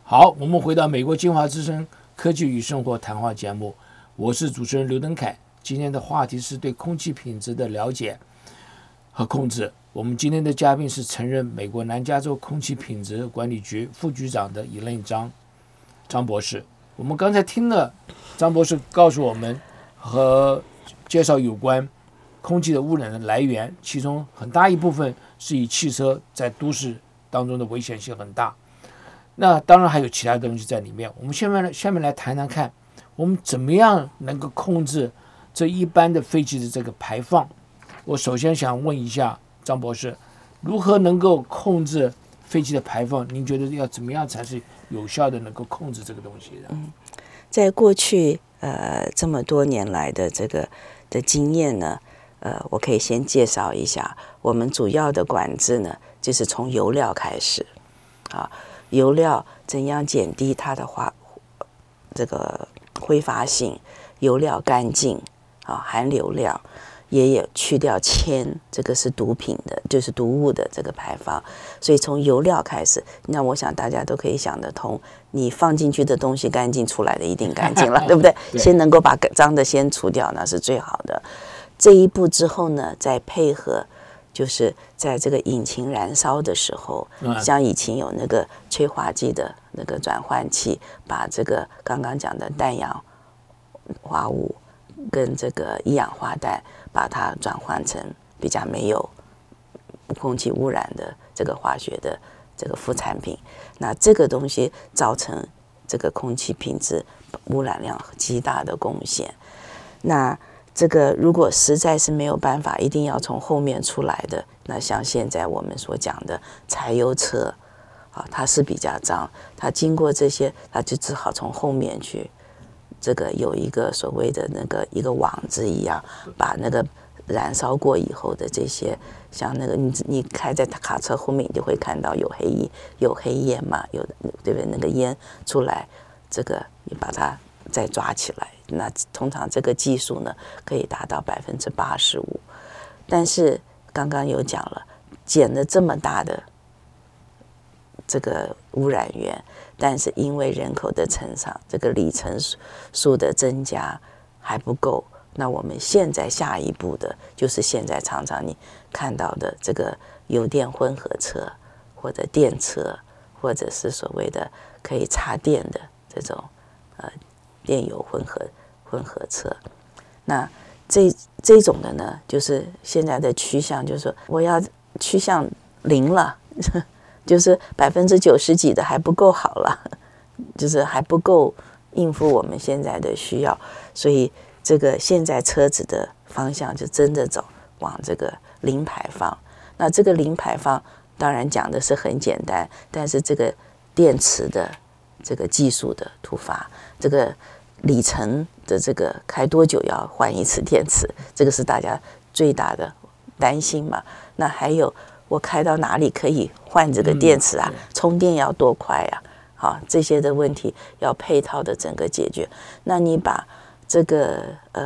好，我们回到美国金华之声科技与生活谈话节目，我是主持人刘登凯。今天的话题是对空气品质的了解和控制。我们今天的嘉宾是曾任美国南加州空气品质管理局副局长的张博士。我们刚才听了张博士告诉我们和介绍有关空气的污染的来源，其中很大一部分是以汽车在都市当中的危险性很大。那当然还有其他东西在里面。我们下面来谈谈看，我们怎么样能够控制这一般的飞机的这个排放。我首先想问一下张博士，如何能够控制飞机的排放？您觉得要怎么样才是有效的能够控制这个东西的？ 在过去这么多年来的这个的经验呢，我可以先介绍一下，我们主要的管制呢，就是从油料开始啊。油料怎样减低它的这个挥发性，油料干净啊，含硫量，也有去掉铅，这个是毒品的，就是毒物的这个排放。所以从油料开始，那我想大家都可以想得通，你放进去的东西干净，出来的一定干净了，对不对？先能够把脏的先除掉，那是最好的。这一步之后呢，再配合。就是在这个引擎燃烧的时候，像以前有那个催化剂的那个转换器，把这个刚刚讲的氮氧化物跟这个一氧化氮，把它转换成比较没有空气污染的这个化学的这个副产品。那这个东西造成这个空气品质污染量极大的贡献。那这个如果实在是没有办法，一定要从后面出来的，那像现在我们所讲的柴油车，它是比较脏，它经过这些，它就只好从后面去，这个有一个所谓的那个一个网子一样，把那个燃烧过以后的这些，像那个你开在卡车后面，你就会看到有黑烟嘛，有对不对？那个烟出来，这个你把它再抓起来。那通常这个技术呢，可以达到85%，但是刚刚有讲了，减了这么大的这个污染源，但是因为人口的成长，这个里程数的增加还不够。那我们现在下一步的，就是现在常常你看到的这个油电混合车，或者电车，或者是所谓的可以插电的这种电油混合车。那这种的呢，就是现在的趋向，就是说我要趋向0了，就是90%几的还不够好了，就是还不够应付我们现在的需要。所以这个现在车子的方向就真的走往这个零排放。那这个零排放当然讲的是很简单，但是这个电池的这个技术的突发，这个里程的这个开多久要换一次电池，这个是大家最大的担心嘛。那还有我开到哪里可以换这个电池啊？充电要多快啊？好，这些的问题要配套的整个解决。那你把这个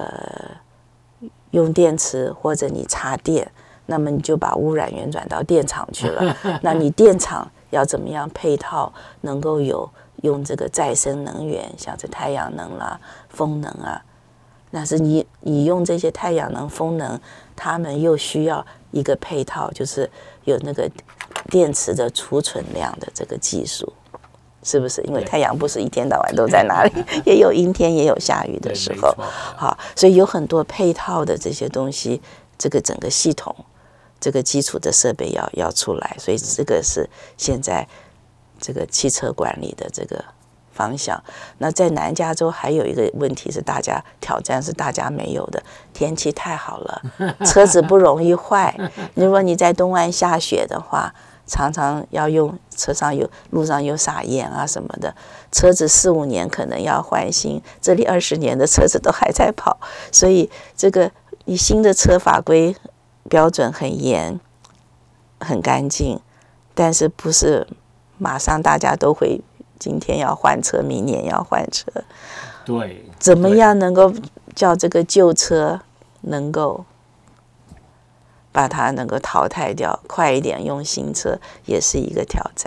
用电池或者你插电，那么你就把污染源转到电厂去了。那你电厂要怎么样配套，能够用这个再生能源，像是太阳能啦、风能啊，那是你用这些太阳能、风能，他们又需要一个配套，就是有那个电池的储存量的这个技术，是不是？因为太阳不是一天到晚都在那里，也有阴天，也有下雨的时候。好，所以有很多配套的这些东西，这个整个系统，这个基础的设备要出来，所以这个是现在这个汽车管理的这个方向。那在南加州还有一个问题是挑战是大家没有的，天气太好了，车子不容易坏。如果你在东岸下雪的话，常常要用路上有撒盐啊什么的，车子4、5年可能要换新，这里20年的车子都还在跑，所以这个你新的车法规标准很严，很干净，但是不是马上大家都会今天要换车，明年要换车。 对， 怎么样能够叫这个旧车能够把它能够淘汰掉，快一点用新车，也是一个挑战。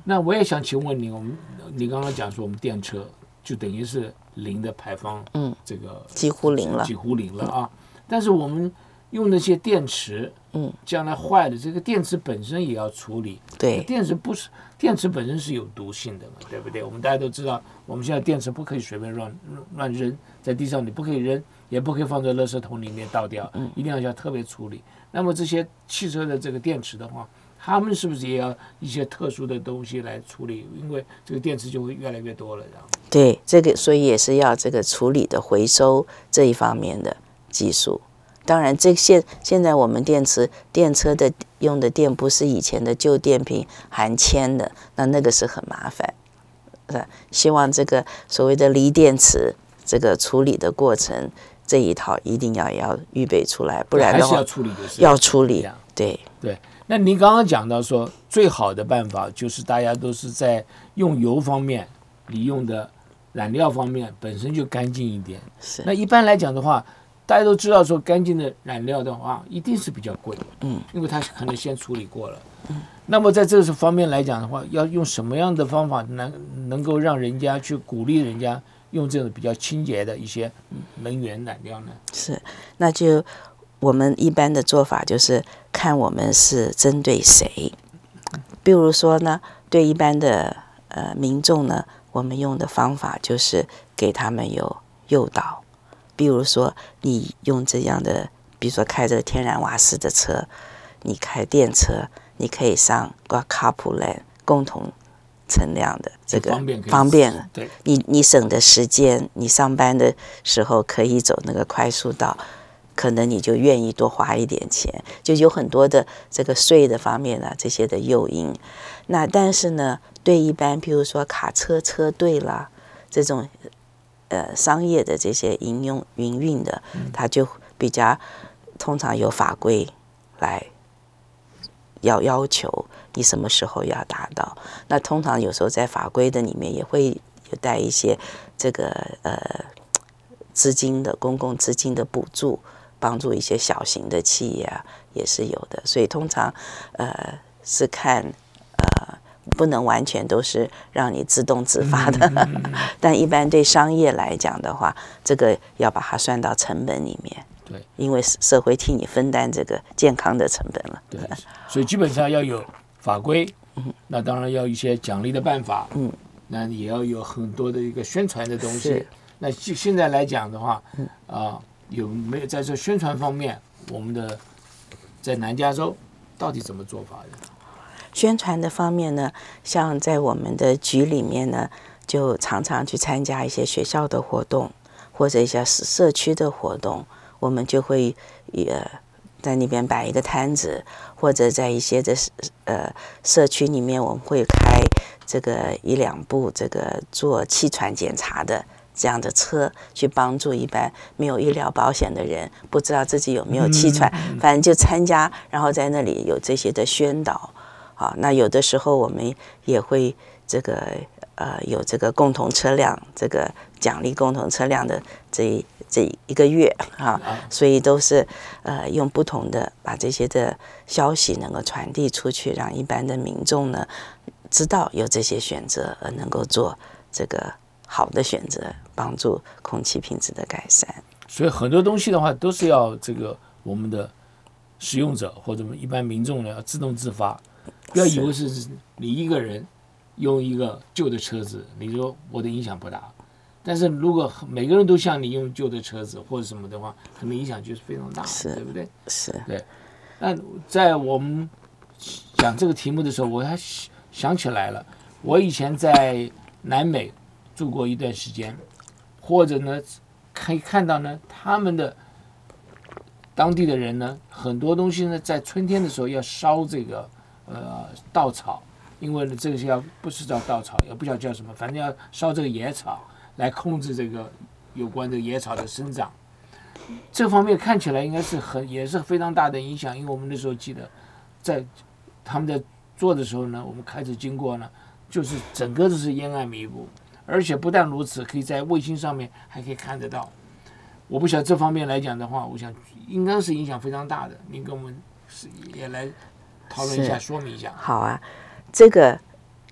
那我也想请问你，你刚刚讲说我们电车就等于是零的排放，这个几乎零了， 几乎零了啊。但是我们用那些电池，将来坏了，这个电池本身也要处理。 对， 电池本身是有毒性的嘛，对不对？我们大家都知道，我们现在电池不可以随便乱扔在地上，你不可以扔，也不可以放在垃圾桶里面倒掉，一定要特别处理。那么这些汽车的这个电池的话，他们是不是也要一些特殊的东西来处理？因为这个电池就会越来越多了，这样。 对，这个所以也是要这个处理的回收这一方面的技术。当然，现在我们电车的用的电不是以前的旧电瓶含铅的，那个是很麻烦。希望这个所谓的锂电池这个处理的过程这一套一定要预备出来，不然的话还是要处理的是要处理。对。 那您刚刚讲到说，最好的办法就是大家都是在用油方面，你用的燃料方面本身就干净一点。 是。 那一般来讲的话，大家都知道说干净的燃料的话，一定是比较贵，因为它可能先处理过了。那么在这方面来讲的话，要用什么样的方法能够让人家去鼓励人家用这种比较清洁的一些能源燃料呢？ 是，那就我们一般的做法就是看我们是针对谁。比如说呢，对一般的民众呢，我们用的方法就是给他们有诱导。比如说你用这样的，比如说开着天然瓦斯的车，你开电车，你可以上carpool 共同乘凉的这个方便了。 对， 你省的时间，你上班的时候可以走那个快速道，可能你就愿意多花一点钱，就有很多的这个税的方面啊，这些的诱因。那但是呢，对一般譬如说卡车车队啦这种商业的这些营运的，它就比较通常有法规来要求你什么时候要达到。那通常有时候在法规的里面也会有带一些这个资金的公共资金的补助，帮助一些小型的企业啊也是有的。所以通常是看不能完全都是让你自动自发的，但一般对商业来讲的话，这个要把它算到成本里面。 对， 因为社会替你分担这个健康的成本了。 对，所以基本上要有法规，那当然要一些奖励的办法，那也要有很多的一个宣传的东西。那现在来讲的话，有没有在这宣传方面，我们的在南加州到底怎么做法的？ 宣传的方面呢，像在我们的局里面呢，就常常去参加一些学校的活动，或者一些社区的活动，我们就会在那边摆一个摊子，或者在一些的社区里面，我们会开这个1-2部这个做气喘检查的这样的车，去帮助一般没有医疗保险的人，不知道自己有没有气喘，反正就参加，然后在那里有这些的宣导。好，那有的时候我们也会这个有这个共同车辆，这个奖励共同车辆的这一个月啊，所以都是用不同的把这些的消息能够传递出去，让一般的民众呢知道有这些选择，而能够做这个好的选择，帮助空气品质的改善。 所以很多东西的话，都是要这个我们的使用者或者一般民众呢要自动自发。不要以为是你一个人用一个旧的车子，你说我的影响不大，但是如果每个人都像你用旧的车子或者什么的话，可能影响就是非常大，对不对？ 是。 对。那在我们讲这个题目的时候，我还想起来了，我以前在南美住过一段时间，或者呢可以看到呢，他们的当地的人呢，很多东西呢，在春天的时候要烧这个稻草，因为呢这个是不是叫稻草，也不晓得叫什么，反正要烧这个野草来控制这个有关的野草的生长。这方面看起来应该是也是非常大的影响，因为我们那时候记得他们在做的时候呢，我们开始经过呢，就是整个都是烟暗迷雾，而且不但如此，可以在卫星上面还可以看得到。我不晓得这方面来讲的话，我想应该是影响非常大的。您跟我们也来讨论一下，说明一下。 好啊，这个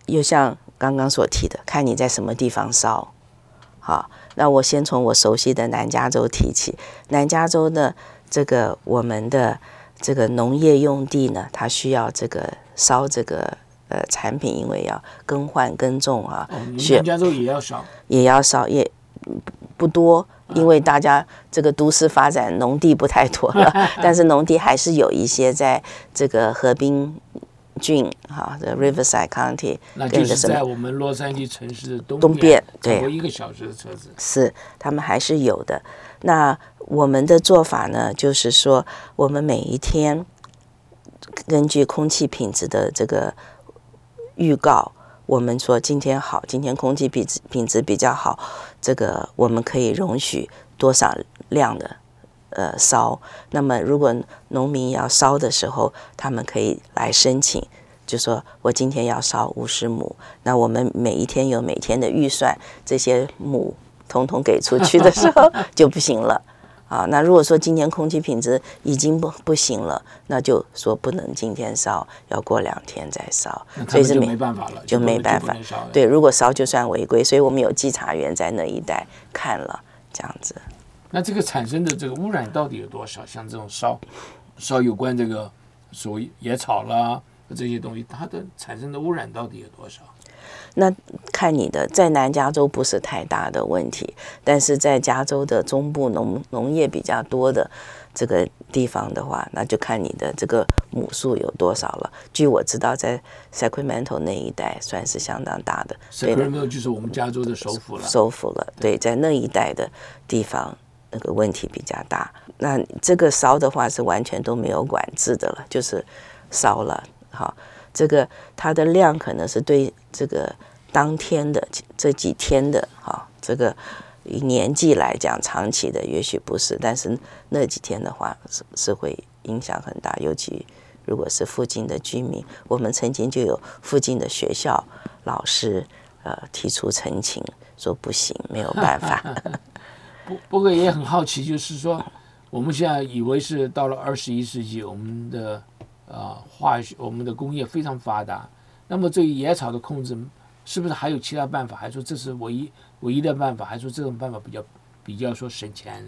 又像刚刚所提的，看你在什么地方烧。好，那我先从我熟悉的南加州提起。南加州呢，这个我们的这个农业用地呢，它需要这个烧这个产品，因为要更换耕种啊。 南加州也要烧， 也要烧，也不多，因为大家这个都市发展，农地不太多了，但是农地还是有一些在这个河滨郡哈，这 Riverside County， 那就是在我们洛杉矶城市的东边， 对，超过1个小时的车子， 是他们还是有的。那我们的做法呢，就是说我们每一天根据空气品质的这个预告，我们说今天好，今天空气品质比较好，这个我们可以容许多少量的烧。那么如果农民要烧的时候，他们可以来申请，就说我今天要烧50亩，那我们每一天有每天的预算，这些亩统统给出去的时候就不行了。啊，那如果说今天空气品质已经不行了，那就说不能今天烧，要过2天再烧， 所以就没办法了， 就没办法。对，如果烧就算违规，所以我们有稽查员在那一带看了，这样子。 那这个产生的这个污染到底有多少？像这种烧有关这个所谓野草啦这些东西，它的产生的污染到底有多少？ 那看你的，在南加州不是太大的问题，但是在加州的中部农业比较多的这个地方的话，那就看你的这个亩数有多少了。据我知道，在 Sacramento 那一带算是相当大的。 Sacramento 就是我们加州的首府了。 首府了，对，在那一带的地方，那个问题比较大。那这个烧的话是完全都没有管制的了，就是烧了，好。这个它的量可能是对这个当天的这几天的这个年纪来讲，长期的也许不是，但是那几天的话是会影响很大，尤其如果是附近的居民，我们曾经就有附近的学校老师提出陈情，说不行，没有办法。 不过也很好奇，就是说我们现在以为是到了21世纪，我们的化学，我们的工业非常发达，那么对于野草的控制，是不是还有其他办法？还说这是唯一的办法？还说这种办法比较说省钱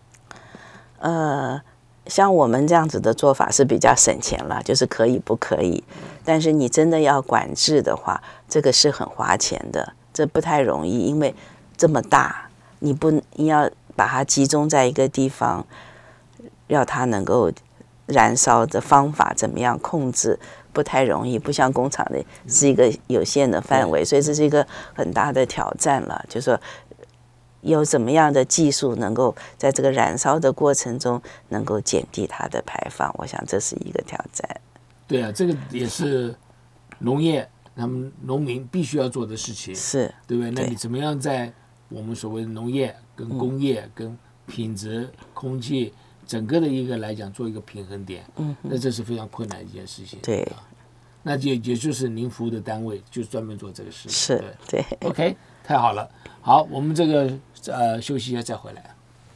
呢？ 像我们这样子的做法是比较省钱了，就是可以不可以。但是你真的要管制的话，这个是很花钱的，这不太容易，因为这么大，你要把它集中在一个地方，要它能够燃烧的方法怎么样控制不太容易，不像工厂的是一个有限的范围，所以这是一个很大的挑战了。就是说有怎么样的技术能够在这个燃烧的过程中能够减低它的排放，我想这是一个挑战。 对啊，这个也是农业他们农民必须要做的事情， 是对不对？那你怎么样在我们所谓的农业跟工业跟品质空气整个的一个来讲做一个平衡点，那这是非常困难的一件事情。 对， 那也就是您服务的单位就专门做这个事情。 是，对。 OK， 太好了。好，我们这个休息一下再回来。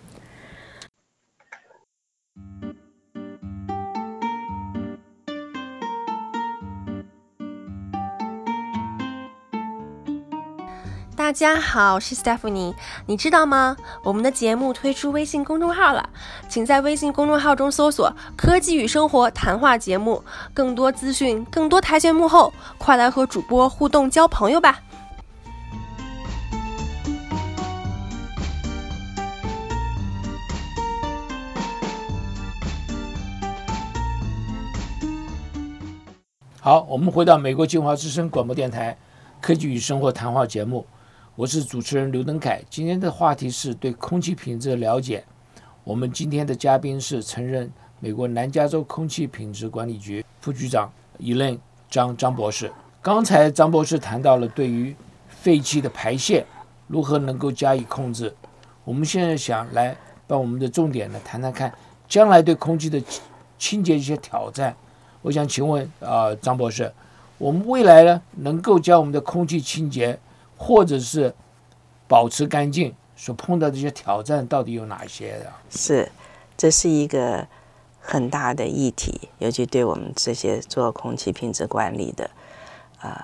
大家好，我是 Stephanie。你知道吗？我们的节目推出微信公众号了，请在微信公众号中搜索“科技与生活谈话节目”，更多资讯，更多台前幕后，快来和主播互动交朋友吧。 好，我们回到美国金华之声广播电台科技与生活谈话节目，我是主持人刘登凯。今天的话题是对空气品质的了解。我们今天的嘉宾是曾任美国南加州空气品质管理局副局长Elaine张博士。刚才张博士谈到了对于废气的排泄如何能够加以控制。我们现在想来把我们的重点呢谈谈看将来对空气的清洁一些挑战。我想请问张博士，我们未来呢能够将我们的空气清洁或者是保持干净所碰到的这些挑战到底有哪些的？ 是，这是一个很大的议题，尤其对我们这些做空气品质管理的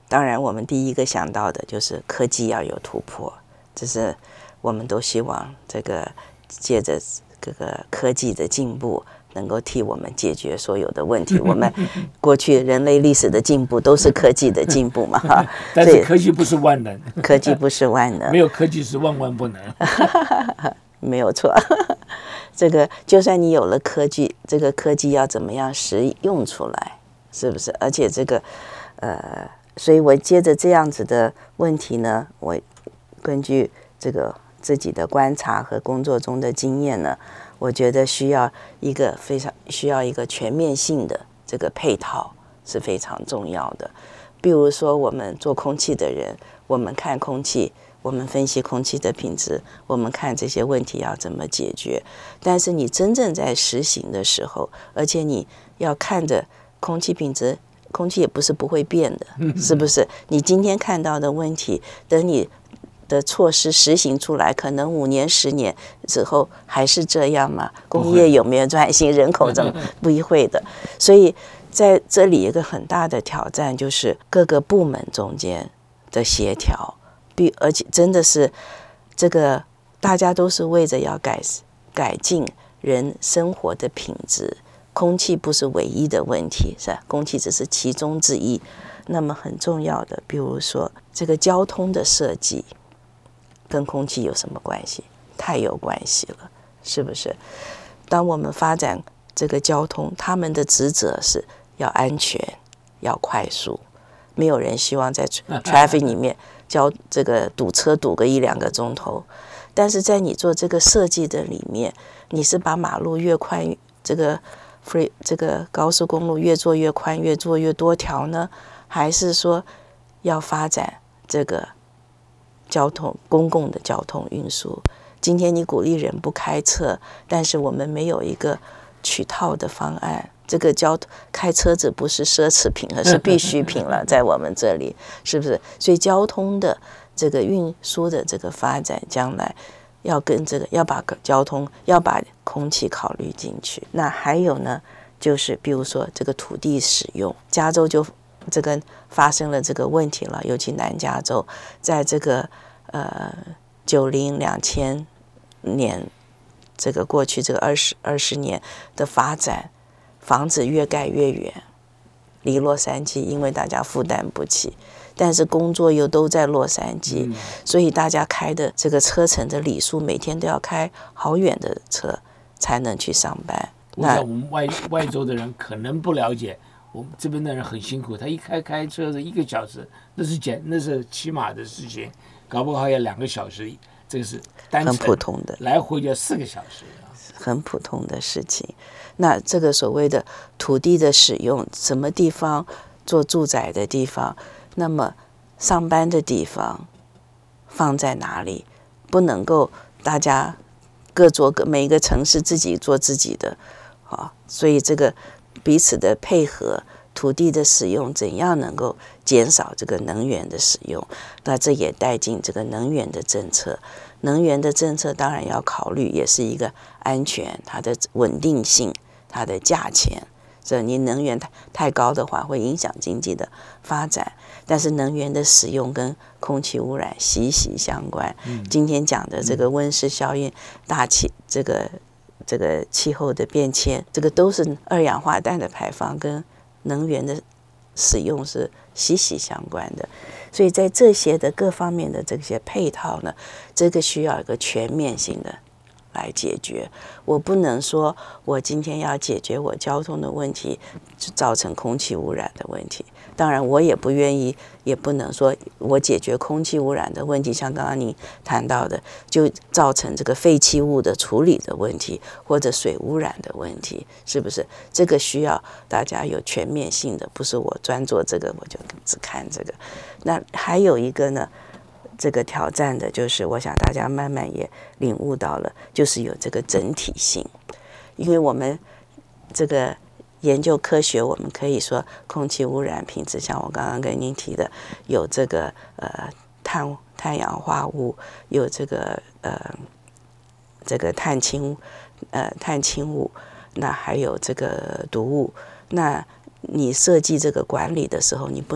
当然我们第一个想到的就是科技要有突破，这是我们都希望这个借着这个科技的进步能够替我们解决所有的问题。我们过去人类历史的进步都是科技的进步嘛， 但是科技不是万能， 科技不是万能， 没有科技是万万不能。 没有错。这个就算你有了科技，这个科技要怎么样实用出来，是不是？而且这个所以我接着这样子的问题呢，我根据这个自己的观察和工作中的经验呢，我觉得需要一个全面性的这个配套是非常重要的。比如说我们做空气的人，我们看空气，我们分析空气的品质，我们看这些问题要怎么解决。但是你真正在实行的时候，而且你要看着空气品质，空气也不是不会变的，是不是？你今天看到的问题，等你的措施实行出来，可能5年、10年之后还是这样吗？工业有没有转型？人口怎么不会的？所以在这里一个很大的挑战就是各个部门中间的协调，而且真的是这个大家都是为着要改进人生活的品质。空气不是唯一的问题，是吧？空气只是其中之一。那么很重要的，比如说这个交通的设计跟空气有什么关系？太有关系了，是不是？当我们发展这个交通，他们的职责是要安全、要快速，没有人希望在 traffic 里面这个堵车堵个1-2个钟头。但是在你做这个设计的里面，你是把马路越宽，这个高速公路越做越宽，越做越多条呢？还是说要发展这个公共的交通运输？今天你鼓励人不开车，但是我们没有一个取套的方案。这个开车子不是奢侈品，而是必需品了，在我们这里，是不是？所以交通的这个运输的这个发展，将来要跟要把交通、要把空气考虑进去。那还有呢，就是比如说这个土地使用，加州就这个发生了这个问题了，尤其南加州，在这个90、2000年这个过去这个20年的发展，房子越盖越远，离洛杉矶，因为大家负担不起。但是工作又都在洛杉矶，所以大家开的这个车程的里数，每天都要开好远的车才能去上班。 我想我们外州的人可能不了解，我们这边的人很辛苦，他一开车是1个小时，那是起码的事情，搞不好要2个小时，这个是单程， 很普通的， 来回就要4个小时， 很普通的事情。那这个所谓的土地的使用，什么地方做住宅的地方，那么上班的地方放在哪里？不能够大家每一个城市自己做自己的啊，所以这个彼此的配合，土地的使用怎样能够减少这个能源的使用？那这也带进这个能源的政策。能源的政策当然要考虑，也是一个安全、它的稳定性、它的价钱。这你能源太高的话，会影响经济的发展。但是能源的使用跟空气污染息息相关。今天讲的这个温室效应、这个气候的变迁，这个都是二氧化碳的排放跟能源的使用是息息相关的。所以在这些的各方面的这些配套呢，这个需要一个全面性的来解决。我不能说我今天要解决我交通的问题，就造成空气污染的问题。当然我也不愿意，也不能说我解决空气污染的问题，像刚刚你谈到的，就造成这个废弃物的处理的问题，或者水污染的问题，是不是？这个需要大家有全面性的，不是我专做这个我就只看这个。那还有一个呢，这个挑战的就是我想大家慢慢也领悟到了，就是有这个整体性。因为我们这个研究科学，我们可以说空气污染品质，像我刚刚跟您提的，有这个碳氧化物，有这个碳氢物，那还有这个毒物。那你设计这个管理的时候，你不能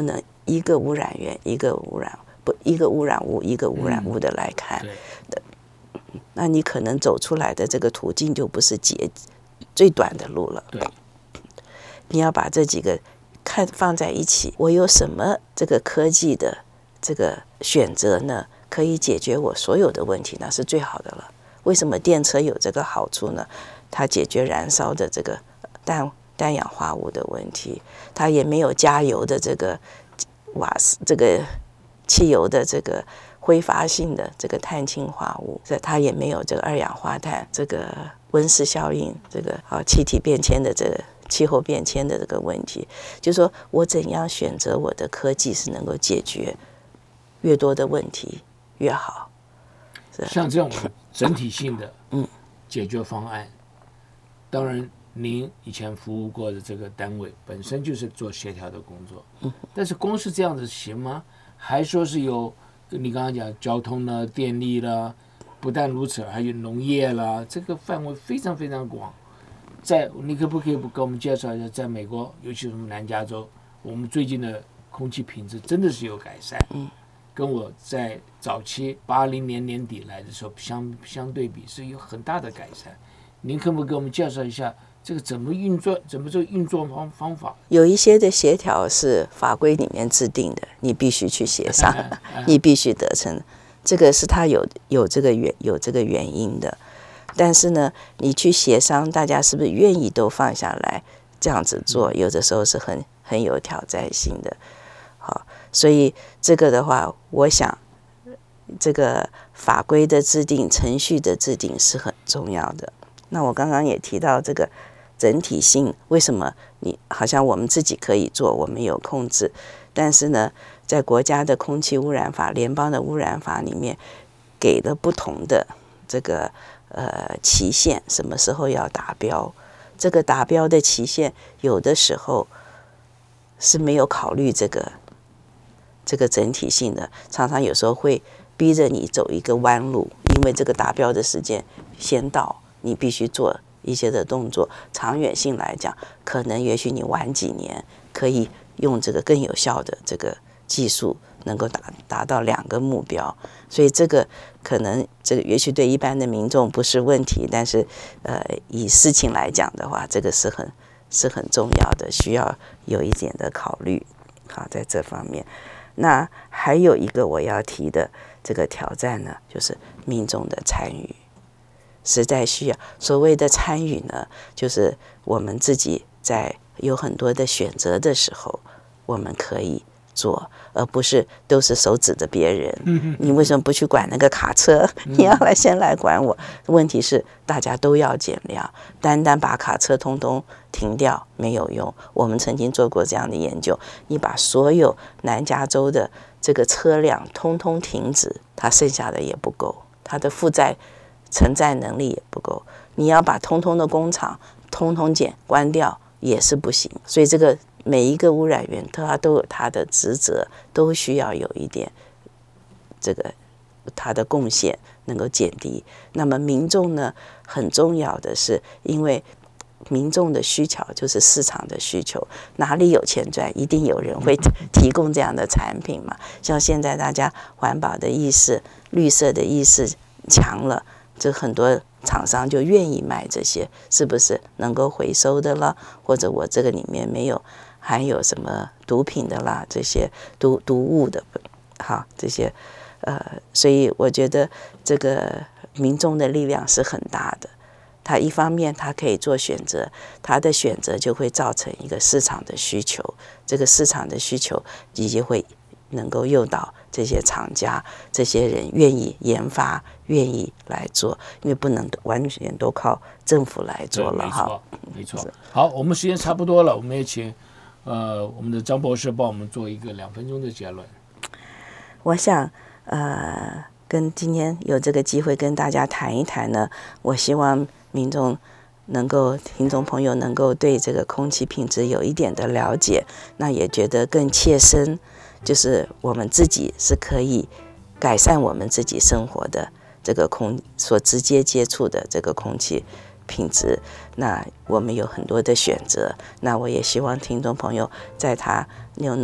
一个污染源一个污染物一个污染物的来看的，那你可能走出来的这个途径就不是最短的路了。 对， 你要把这几个放在一起，我有什么这个科技的这个选择呢？可以解决我所有的问题，那是最好的了。为什么电车有这个好处呢？它解决燃烧的这个氮氧化物的问题，它也没有加油的这个这个汽油的这个挥发性的这个碳氢化物，它也没有这个二氧化碳这个温室效应这个气体变迁的这个气候变迁的这个问题。就是说我怎样选择我的科技是能够解决越多的问题越好。 像这种整体性的解决方案，当然您以前服务过的这个单位本身就是做协调的工作，但是光是这样子行吗？还说是有你刚刚讲交通啦、电力啦，不但如此，还有农业啦，这个范围非常非常广。你可不可以给我们介绍一下，在美国，尤其是我们南加州，我们最近的空气品质真的是有改善，跟我在早期80年年底来的时候相对比是有很大的改善。您可不可以给我们介绍一下这个怎么这个运作方法？ 有一些的协调是法规里面制定的，你必须去协商，你必须得逞，这个是它有这个原因的。但是呢，你去协商，大家是不是愿意都放下来这样子做？有的时候是很有挑战性的。好，所以这个的话，我想这个法规的制定、程序的制定是很重要的。那我刚刚也提到这个整体性，为什么好像我们自己可以做，我们有控制，但是呢，在国家的空气污染法、联邦的污染法里面，给了不同的这个期限，什么时候要达标？这个达标的期限，有的时候是没有考虑这个整体性的，常常有时候会逼着你走一个弯路，因为这个达标的时间先到，你必须做一些的动作。长远性来讲，可能也许你晚几年可以用这个更有效的这个技术，能够达到2个目标。所以这个可能这个也许对一般的民众不是问题，但是以事情来讲的话，这个是很重要的，需要有一点的考虑。好，在这方面。那还有一个我要提的这个挑战呢，就是民众的参与，实在需要。所谓的参与呢，就是我们自己在有很多的选择的时候，我们可以做，而不是都是手指着别人。你为什么不去管那个卡车？你要先来管我。问题是大家都要减量，单把卡车通通停掉没有用。我们曾经做过这样的研究，你把所有南加州的这个车辆通通停止，它剩下的也不够，它的承载能力也不够。你要把通通的工厂通通关掉也是不行。所以这个每一个污染源它都有它的职责，都需要有一点这个它的贡献能够减低。那么民众呢，很重要的是，因为民众的需求就是市场的需求，哪里有钱赚，一定有人会提供这样的产品嘛。像现在大家环保的意识、绿色的意识强了，这很多厂商就愿意卖这些，是不是能够回收的了？或者我这个里面没有含有什么毒品的啦，这些毒物的，好，这些所以我觉得这个民众的力量是很大的。他一方面他可以做选择，他的选择就会造成一个市场的需求，这个市场的需求以及会能够诱导这些厂家、这些人愿意研发、愿意来做，因为不能完全都靠政府来做了哈。 没错。好，我们时间差不多了，我们也请我们的张博士帮我们做一个2分钟的结论。 我想跟今天有这个机会跟大家谈一谈呢，我希望民众听众朋友能够对这个空气品质有一点的了解，那也觉得更切身，就是我们自己是可以改善我们自己生活的这个所直接接触的这个空气品质。那我们有很多的选择，那我也希望听众朋友在他能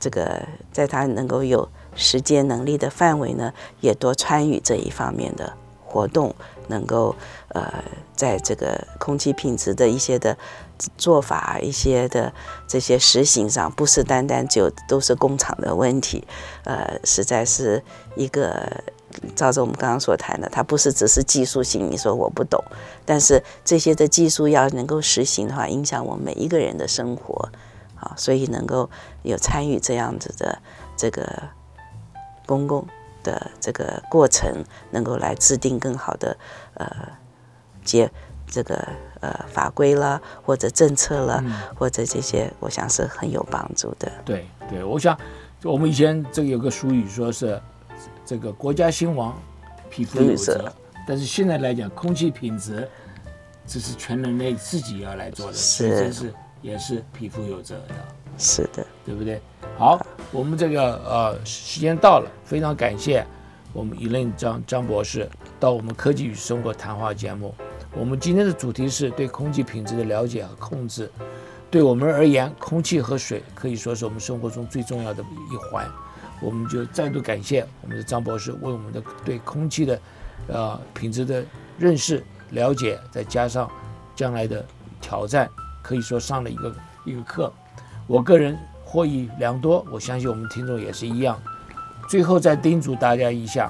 这个在他能够有时间能力的范围呢，也多参与这一方面的活动，能够在这个空气品质的一些的做法、一些的这些实行上，不是单单都是工厂的问题，实在是一个照着我们刚刚所谈的，它不是只是技术性，你说我不懂，但是这些的技术要能够实行的话，影响我们每一个人的生活，所以能够有参与这样子的这个公共的这个过程，能够来制定更好的这个法规啦，或者政策啦，或者这些，我想是很有帮助的。 对，我想我们以前这个有个俗语说是这个国家兴亡，匹夫有责，但是现在来讲，空气品质这是全人类自己要来做的，所以这是也是匹夫有责的。 是的， 对不对？好，我们这个时间到了，非常感谢我们Elaine张博士到我们科技与生活谈话节目。我们今天的主题是对空气品质的了解和控制。对我们而言，空气和水可以说是我们生活中最重要的一环。我们就再度感谢我们的张博士为我们的对空气的品质的认识、了解，再加上将来的挑战，可以说上了一个课。我个人获益良多，我相信我们听众也是一样。最后再叮嘱大家一下，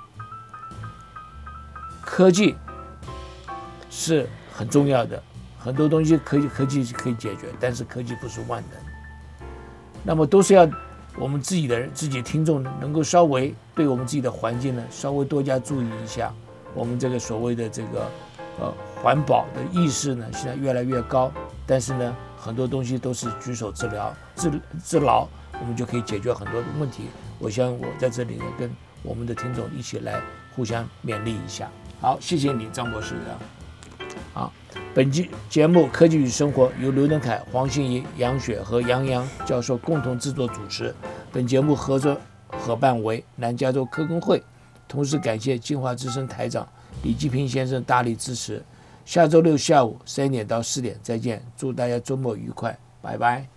科技是很重要的，很多东西科技是可以解决，但是科技不是万能。那么都是要我们自己听众能够稍微对我们自己的环境呢稍微多加注意一下。我们这个所谓的这个环保的意识呢现在越来越高，但是呢很多东西都是举手之劳，我们就可以解决很多的问题。我想我在这里呢跟我们的听众一起来互相勉励一下。好，谢谢你张博士。好，本期节目《科技与生活》由刘登凯、黄欣怡、杨雪和杨洋教授共同制作主持。本节目合办为南加州科工会，同时感谢金华之声台长李继平先生大力支持。下周六下午3点到4点再见，祝大家周末愉快，拜拜。